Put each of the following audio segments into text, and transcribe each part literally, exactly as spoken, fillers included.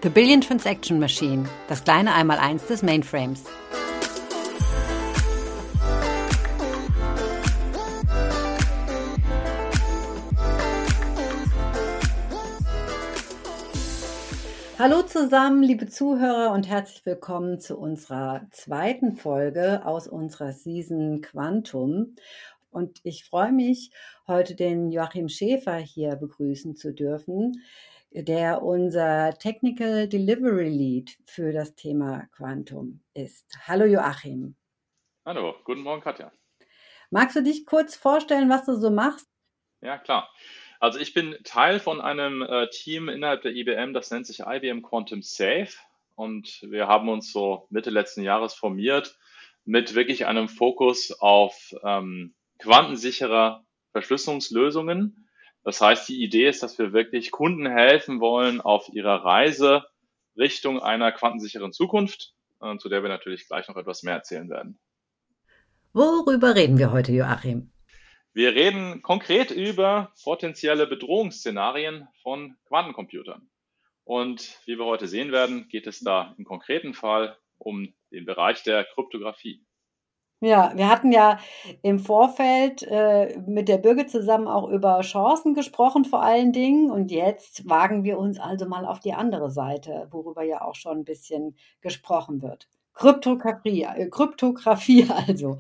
The Billion Transaction Machine, das kleine Einmaleins des Mainframes. Hallo zusammen, liebe Zuhörer, und herzlich willkommen zu unserer zweiten Folge aus unserer Season Quantum. Und ich freue mich, heute den Joachim Schäfer hier begrüßen zu dürfen, der unser Technical Delivery Lead für das Thema Quantum ist. Hallo Joachim. Hallo, guten Morgen Katja. Magst du dich kurz vorstellen, was du so machst? Ja, klar. Also ich bin Teil von einem äh, Team innerhalb der I B M, das nennt sich I B M Quantum Safe. Und wir haben uns so Mitte letzten Jahres formiert mit wirklich einem Fokus auf ähm, quantensichere Verschlüsselungslösungen. Das heißt, die Idee ist, dass wir wirklich Kunden helfen wollen auf ihrer Reise Richtung einer quantensicheren Zukunft, äh, zu der wir natürlich gleich noch etwas mehr erzählen werden. Worüber reden wir heute, Joachim? Wir reden konkret über potenzielle Bedrohungsszenarien von Quantencomputern. Und wie wir heute sehen werden, geht es da im konkreten Fall um den Bereich der Kryptographie. Ja, wir hatten ja im Vorfeld äh, mit der Birgit zusammen auch über Chancen gesprochen vor allen Dingen. Und jetzt wagen wir uns also mal auf die andere Seite, worüber ja auch schon ein bisschen gesprochen wird. Kryptographie, äh, Kryptographie also.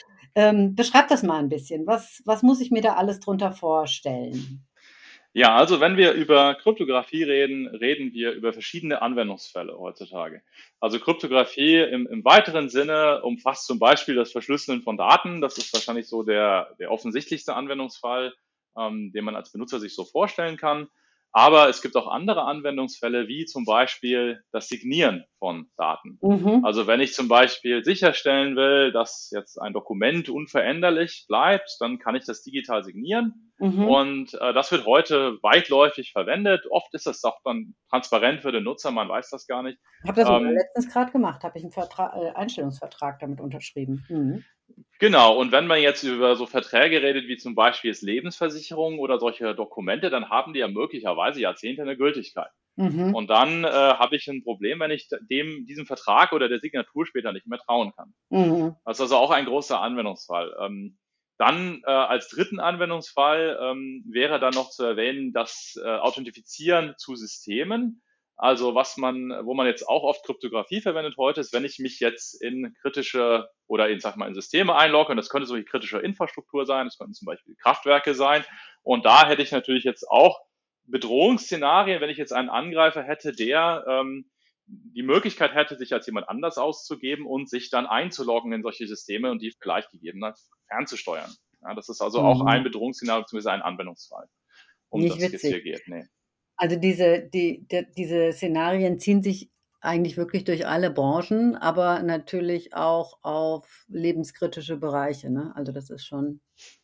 Ähm, beschreib das mal ein bisschen. Was, was muss ich mir da alles drunter vorstellen? Ja, also wenn wir über Kryptographie reden, reden wir über verschiedene Anwendungsfälle heutzutage. Also Kryptographie im, im weiteren Sinne umfasst zum Beispiel das Verschlüsseln von Daten. Das ist wahrscheinlich so der, der offensichtlichste Anwendungsfall, ähm, den man als Benutzer sich so vorstellen kann. Aber es gibt auch andere Anwendungsfälle, wie zum Beispiel das Signieren von Daten. Mhm. Also wenn ich zum Beispiel sicherstellen will, dass jetzt ein Dokument unveränderlich bleibt, dann kann ich das digital signieren. Mhm. Und äh, das wird heute weitläufig verwendet. Oft ist das auch dann transparent für den Nutzer, man weiß das gar nicht. Ich habe das sogar Ähm, letztens gerade gemacht, habe ich einen Vertra- äh, Einstellungsvertrag damit unterschrieben. Mhm. Genau, und wenn man jetzt über so Verträge redet, wie zum Beispiel jetzt Lebensversicherungen oder solche Dokumente, dann haben die ja möglicherweise Jahrzehnte eine Gültigkeit. Mhm. Und dann äh, habe ich ein Problem, wenn ich dem, diesem Vertrag oder der Signatur später nicht mehr trauen kann. Mhm. Das ist also auch ein großer Anwendungsfall. Ähm, dann äh, als dritten Anwendungsfall ähm, wäre dann noch zu erwähnen, das äh, Authentifizieren zu Systemen. Also was man, wo man jetzt auch oft Kryptographie verwendet heute, ist, wenn ich mich jetzt in kritische oder in, sag mal, in Systeme einlogge, und das könnte solche kritische Infrastruktur sein, das könnten zum Beispiel Kraftwerke sein. Und da hätte ich natürlich jetzt auch Bedrohungsszenarien, wenn ich jetzt einen Angreifer hätte, der ähm, die Möglichkeit hätte, sich als jemand anders auszugeben und sich dann einzuloggen in solche Systeme und die vielleicht gegebenenfalls fernzusteuern. Ja, das ist also auch ein Bedrohungsszenario bzw. ein Anwendungsfall, um Nicht das es jetzt hier witzig. geht. Nee. Also diese, die, die, diese Szenarien ziehen sich eigentlich wirklich durch alle Branchen, aber natürlich auch auf lebenskritische Bereiche. Ne? Also das ist schon,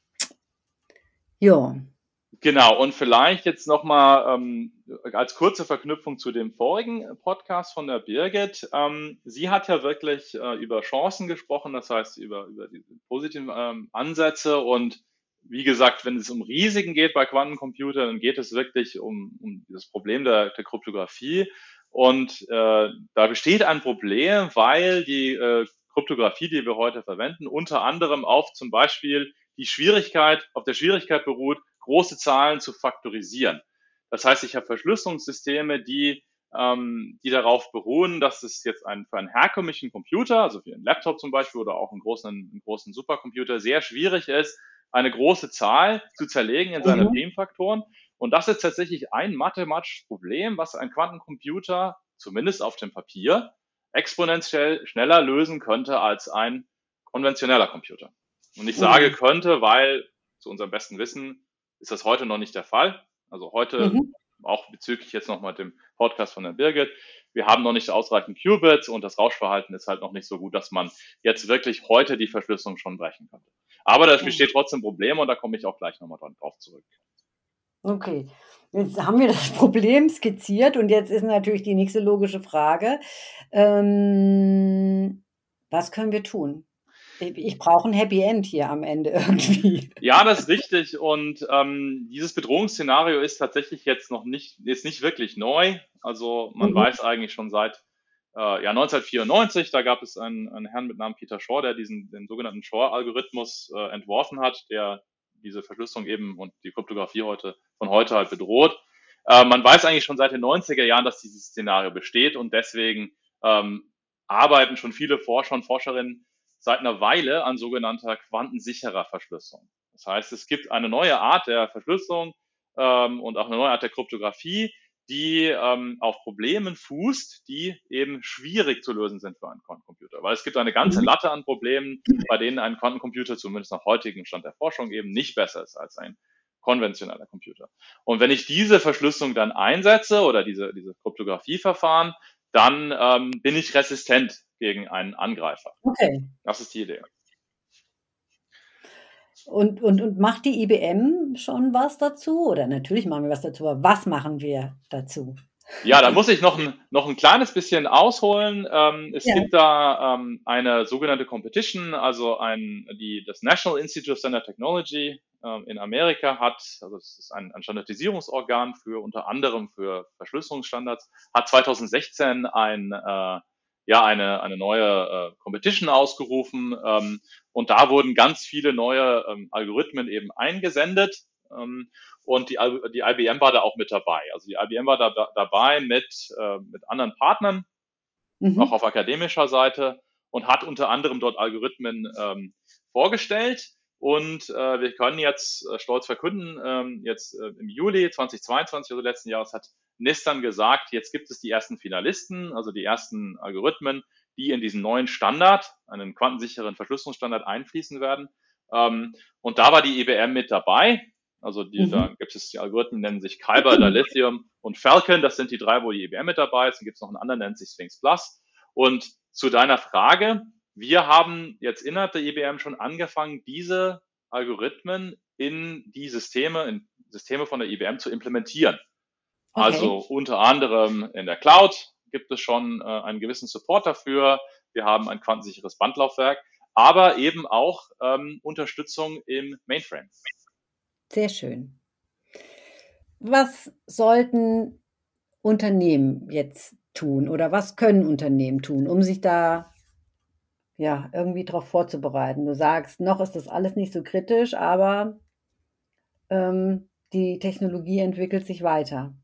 ja. Genau, und vielleicht jetzt nochmal ähm, als kurze Verknüpfung zu dem vorigen Podcast von der Birgit. Ähm, sie hat ja wirklich äh, über Chancen gesprochen, das heißt über, über die positiven ähm, Ansätze. Und wie gesagt, wenn es um Risiken geht bei Quantencomputern, dann geht es wirklich um, um das Problem der, der Kryptographie. Und äh, da besteht ein Problem, weil die äh, Kryptographie, die wir heute verwenden, unter anderem auf zum Beispiel die Schwierigkeit, auf der Schwierigkeit beruht, große Zahlen zu faktorisieren. Das heißt, ich habe Verschlüsselungssysteme, die, ähm, die darauf beruhen, dass es jetzt ein, für einen herkömmlichen Computer, also für einen Laptop zum Beispiel oder auch einen großen, einen großen Supercomputer, sehr schwierig ist, eine große Zahl zu zerlegen in seine Mhm. Primfaktoren. Und das ist tatsächlich ein mathematisches Problem, was ein Quantencomputer, zumindest auf dem Papier, exponentiell schneller lösen könnte als ein konventioneller Computer. Und ich sage Mhm. könnte, weil zu unserem besten Wissen ist das heute noch nicht der Fall. Also heute, Mhm. auch bezüglich jetzt nochmal dem Podcast von der Birgit, wir haben noch nicht ausreichend Qubits und das Rauschverhalten ist halt noch nicht so gut, dass man jetzt wirklich heute die Verschlüsselung schon brechen könnte. Aber da besteht trotzdem Probleme und da komme ich auch gleich nochmal drauf zurück. Okay, jetzt haben wir das Problem skizziert und jetzt ist natürlich die nächste logische Frage, ähm, was können wir tun? Ich brauche ein Happy End hier am Ende irgendwie. Ja, das ist richtig. Und ähm, dieses Bedrohungsszenario ist tatsächlich jetzt noch nicht, ist nicht wirklich neu. Also man Mhm. weiß eigentlich schon seit äh, ja, neunzehnhundertvierundneunzig, da gab es einen, einen Herrn mit Namen Peter Shor, der diesen den sogenannten Shor-Algorithmus äh, entworfen hat, der diese Verschlüsselung eben und die Kryptographie heute von heute halt bedroht. Äh, man weiß eigentlich schon seit den neunziger Jahren, dass dieses Szenario besteht und deswegen ähm, arbeiten schon viele Forscher und Forscherinnen seit einer Weile an sogenannter quantensicherer Verschlüsselung. Das heißt, es gibt eine neue Art der Verschlüsselung ähm, und auch eine neue Art der Kryptographie, die ähm, auf Problemen fußt, die eben schwierig zu lösen sind für einen Quantencomputer. Weil es gibt eine ganze Mhm. Latte an Problemen, bei denen ein Quantencomputer zumindest nach heutigem Stand der Forschung eben nicht besser ist als ein konventioneller Computer. Und wenn ich diese Verschlüsselung dann einsetze oder diese, diese Kryptografieverfahren, dann ähm, bin ich resistent gegen einen Angreifer. Okay. Das ist die Idee. Und, und, und macht die I B M schon was dazu? Oder natürlich machen wir was dazu, aber was machen wir dazu? Ja, da muss ich noch ein, noch ein kleines bisschen ausholen. Ähm, es Ja. gibt da ähm, eine sogenannte Competition, also ein, die, das National Institute of Standard Technology ähm, in Amerika hat, also das ist ein, ein Standardisierungsorgan für unter anderem für Verschlüsselungsstandards, hat zweitausendsechzehn ein, äh, ja, eine, eine neue äh, Competition ausgerufen ähm, und da wurden ganz viele neue ähm, Algorithmen eben eingesendet. Ähm, und die, die I B M war da auch mit dabei. Also die I B M war da, da dabei mit, äh, mit anderen Partnern, auch Mhm. auf akademischer Seite und hat unter anderem dort Algorithmen ähm, vorgestellt. Und äh, wir können jetzt äh, stolz verkünden, ähm, jetzt äh, im Juli zweitausendzweiundzwanzig, also letzten Jahres, hat NIST dann gesagt, jetzt gibt es die ersten Finalisten, also die ersten Algorithmen, die in diesen neuen Standard, einen quantensicheren Verschlüsselungsstandard einfließen werden. Ähm, und da war die I B M mit dabei. Also die, Mhm. da gibt es die Algorithmen, nennen sich Kyber, Dilithium und Falcon. Das sind die drei, wo die I B M mit dabei ist. Dann gibt es noch einen anderen, nennt sich Sphinx Plus. Und zu deiner Frage, wir haben jetzt innerhalb der I B M schon angefangen, diese Algorithmen in die Systeme, in Systeme von der I B M zu implementieren. Also Okay. unter anderem in der Cloud gibt es schon äh, einen gewissen Support dafür. Wir haben ein quantensicheres Bandlaufwerk, aber eben auch ähm, Unterstützung im Mainframe. Sehr schön. Was sollten Unternehmen jetzt tun oder was können Unternehmen tun, um sich da ja irgendwie darauf vorzubereiten? Du sagst, noch ist das alles nicht so kritisch, aber ähm, die Technologie entwickelt sich weiter.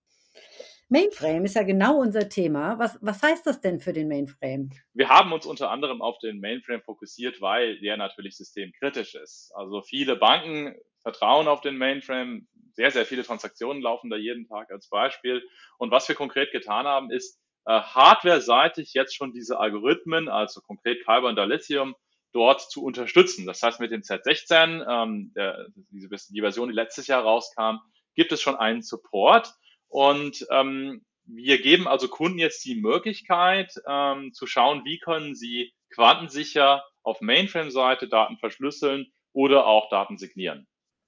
Mainframe ist ja genau unser Thema. Was, was heißt das denn für den Mainframe? Wir haben uns unter anderem auf den Mainframe fokussiert, weil der natürlich systemkritisch ist. Also viele Banken vertrauen auf den Mainframe. Sehr, sehr viele Transaktionen laufen da jeden Tag als Beispiel. Und was wir konkret getan haben, ist äh, hardware-seitig jetzt schon diese Algorithmen, also konkret Kyber und Dilithium, dort zu unterstützen. Das heißt, mit dem Z sechzehn, ähm, der, diese, die Version, die letztes Jahr rauskam, gibt es schon einen Support. Und ähm, wir geben also Kunden jetzt die Möglichkeit ähm, zu schauen, wie können sie quantensicher auf Mainframe-Seite Daten verschlüsseln oder auch Daten signieren.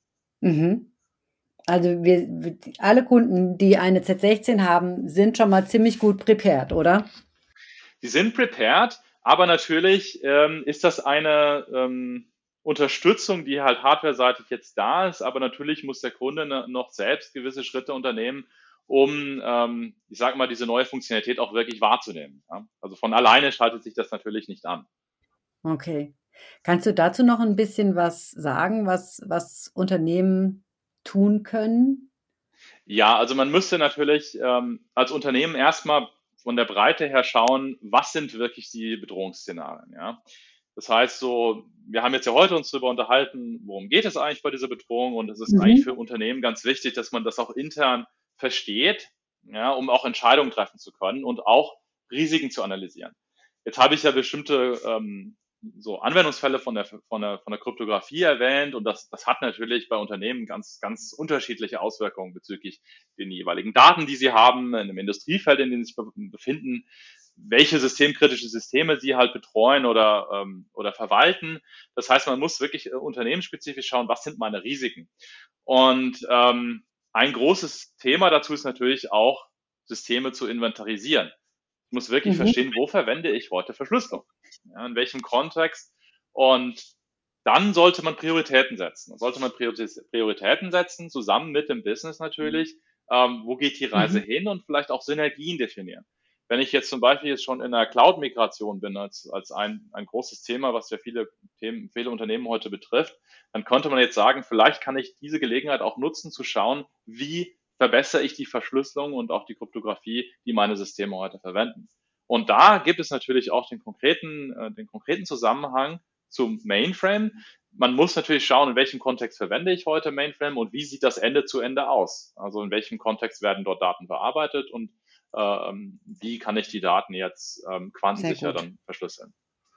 Mhm. Also wir, wir- alle Kunden, die eine Z sechzehn haben, sind schon mal ziemlich gut prepared, oder? Sie sind prepared, aber natürlich ähm, ist das eine ähm, Unterstützung, die halt hardware-seitig jetzt da ist, aber natürlich muss der Kunde ne, noch selbst gewisse Schritte unternehmen, um, ähm, ich sage mal, diese neue Funktionalität auch wirklich wahrzunehmen. Ja? Also von alleine schaltet sich das natürlich nicht an. Okay. Kannst du dazu noch ein bisschen was sagen, was, was Unternehmen tun können? Ja, also man müsste natürlich ähm, als Unternehmen erstmal von der Breite her schauen, was sind wirklich die Bedrohungsszenarien, ja. Das heißt so, wir haben jetzt ja heute uns darüber unterhalten, worum geht es eigentlich bei dieser Bedrohung und es ist eigentlich Mhm. für Unternehmen ganz wichtig, dass man das auch intern versteht, ja, um auch Entscheidungen treffen zu können und auch Risiken zu analysieren. Jetzt habe ich ja bestimmte ähm, so Anwendungsfälle von der, von der, von der Kryptographie erwähnt und das, das hat natürlich bei Unternehmen ganz, ganz unterschiedliche Auswirkungen bezüglich den jeweiligen Daten, die sie haben, in einem Industriefeld, in dem sie sich befinden, welche systemkritische Systeme sie halt betreuen oder, ähm, oder verwalten. Das heißt, man muss wirklich äh, unternehmensspezifisch schauen, was sind meine Risiken. Und ähm, ein großes Thema dazu ist natürlich auch, Systeme zu inventarisieren. Ich muss wirklich Mhm. verstehen, wo verwende ich heute Verschlüsselung? Ja, in welchem Kontext? Und dann sollte man Prioritäten setzen. Dann sollte man Prioritäten setzen, zusammen mit dem Business natürlich. Ähm, wo geht die Reise Mhm. hin und vielleicht auch Synergien definieren. Wenn ich jetzt zum Beispiel jetzt schon in der Cloud-Migration bin, als, als ein, ein großes Thema, was ja viele Themen, viele Unternehmen heute betrifft, dann könnte man jetzt sagen, vielleicht kann ich diese Gelegenheit auch nutzen, zu schauen, wie verbessere ich die Verschlüsselung und auch die Kryptographie, die meine Systeme heute verwenden. Und da gibt es natürlich auch den konkreten, äh, den konkreten Zusammenhang zum Mainframe. Man muss natürlich schauen, in welchem Kontext verwende ich heute Mainframe und wie sieht das Ende zu Ende aus? Also in welchem Kontext werden dort Daten bearbeitet und ähm, wie kann ich die Daten jetzt ähm, quantensicher dann verschlüsseln?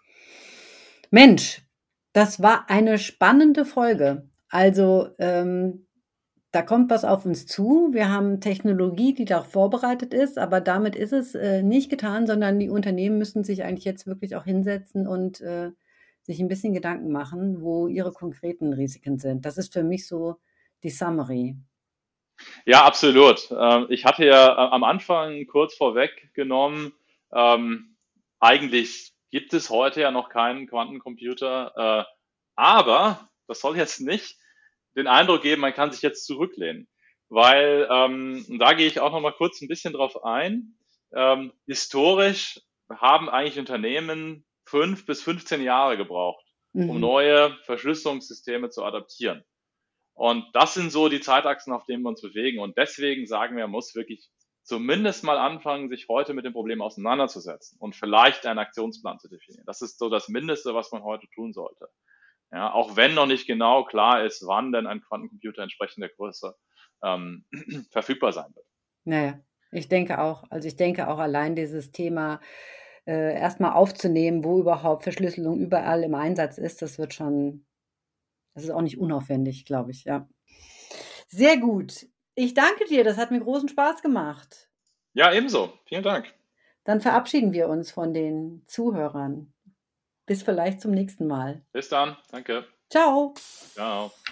Mensch, das war eine spannende Folge. Also ähm, da kommt was auf uns zu. Wir haben Technologie, die darauf vorbereitet ist, aber damit ist es äh, nicht getan, sondern die Unternehmen müssen sich eigentlich jetzt wirklich auch hinsetzen und äh, sich ein bisschen Gedanken machen, wo ihre konkreten Risiken sind. Das ist für mich so die Summary. Ja, absolut. Ähm, ich hatte ja äh, am Anfang kurz vorweg genommen, ähm, eigentlich gibt es heute ja noch keinen Quantencomputer, äh, aber das soll jetzt nicht den Eindruck geben, man kann sich jetzt zurücklehnen, weil ähm, und da gehe ich auch noch mal kurz ein bisschen drauf ein. Ähm, historisch haben eigentlich Unternehmen fünf bis fünfzehn Jahre gebraucht, um Mhm. neue Verschlüsselungssysteme zu adaptieren. Und das sind so die Zeitachsen, auf denen wir uns bewegen. Und deswegen sagen wir, man muss wirklich zumindest mal anfangen, sich heute mit dem Problem auseinanderzusetzen und vielleicht einen Aktionsplan zu definieren. Das ist so das Mindeste, was man heute tun sollte. Ja, auch wenn noch nicht genau klar ist, wann denn ein Quantencomputer entsprechend der Größe ähm, verfügbar sein wird. Naja, ich denke auch. Also ich denke auch allein dieses Thema äh, erstmal aufzunehmen, wo überhaupt Verschlüsselung überall im Einsatz ist, das wird schon, das ist auch nicht unaufwendig, glaube ich, ja. Sehr gut. Ich danke dir, das hat mir großen Spaß gemacht. Ja, ebenso. Vielen Dank. Dann verabschieden wir uns von den Zuhörern. Bis vielleicht zum nächsten Mal. Bis dann. Danke. Ciao. Ciao.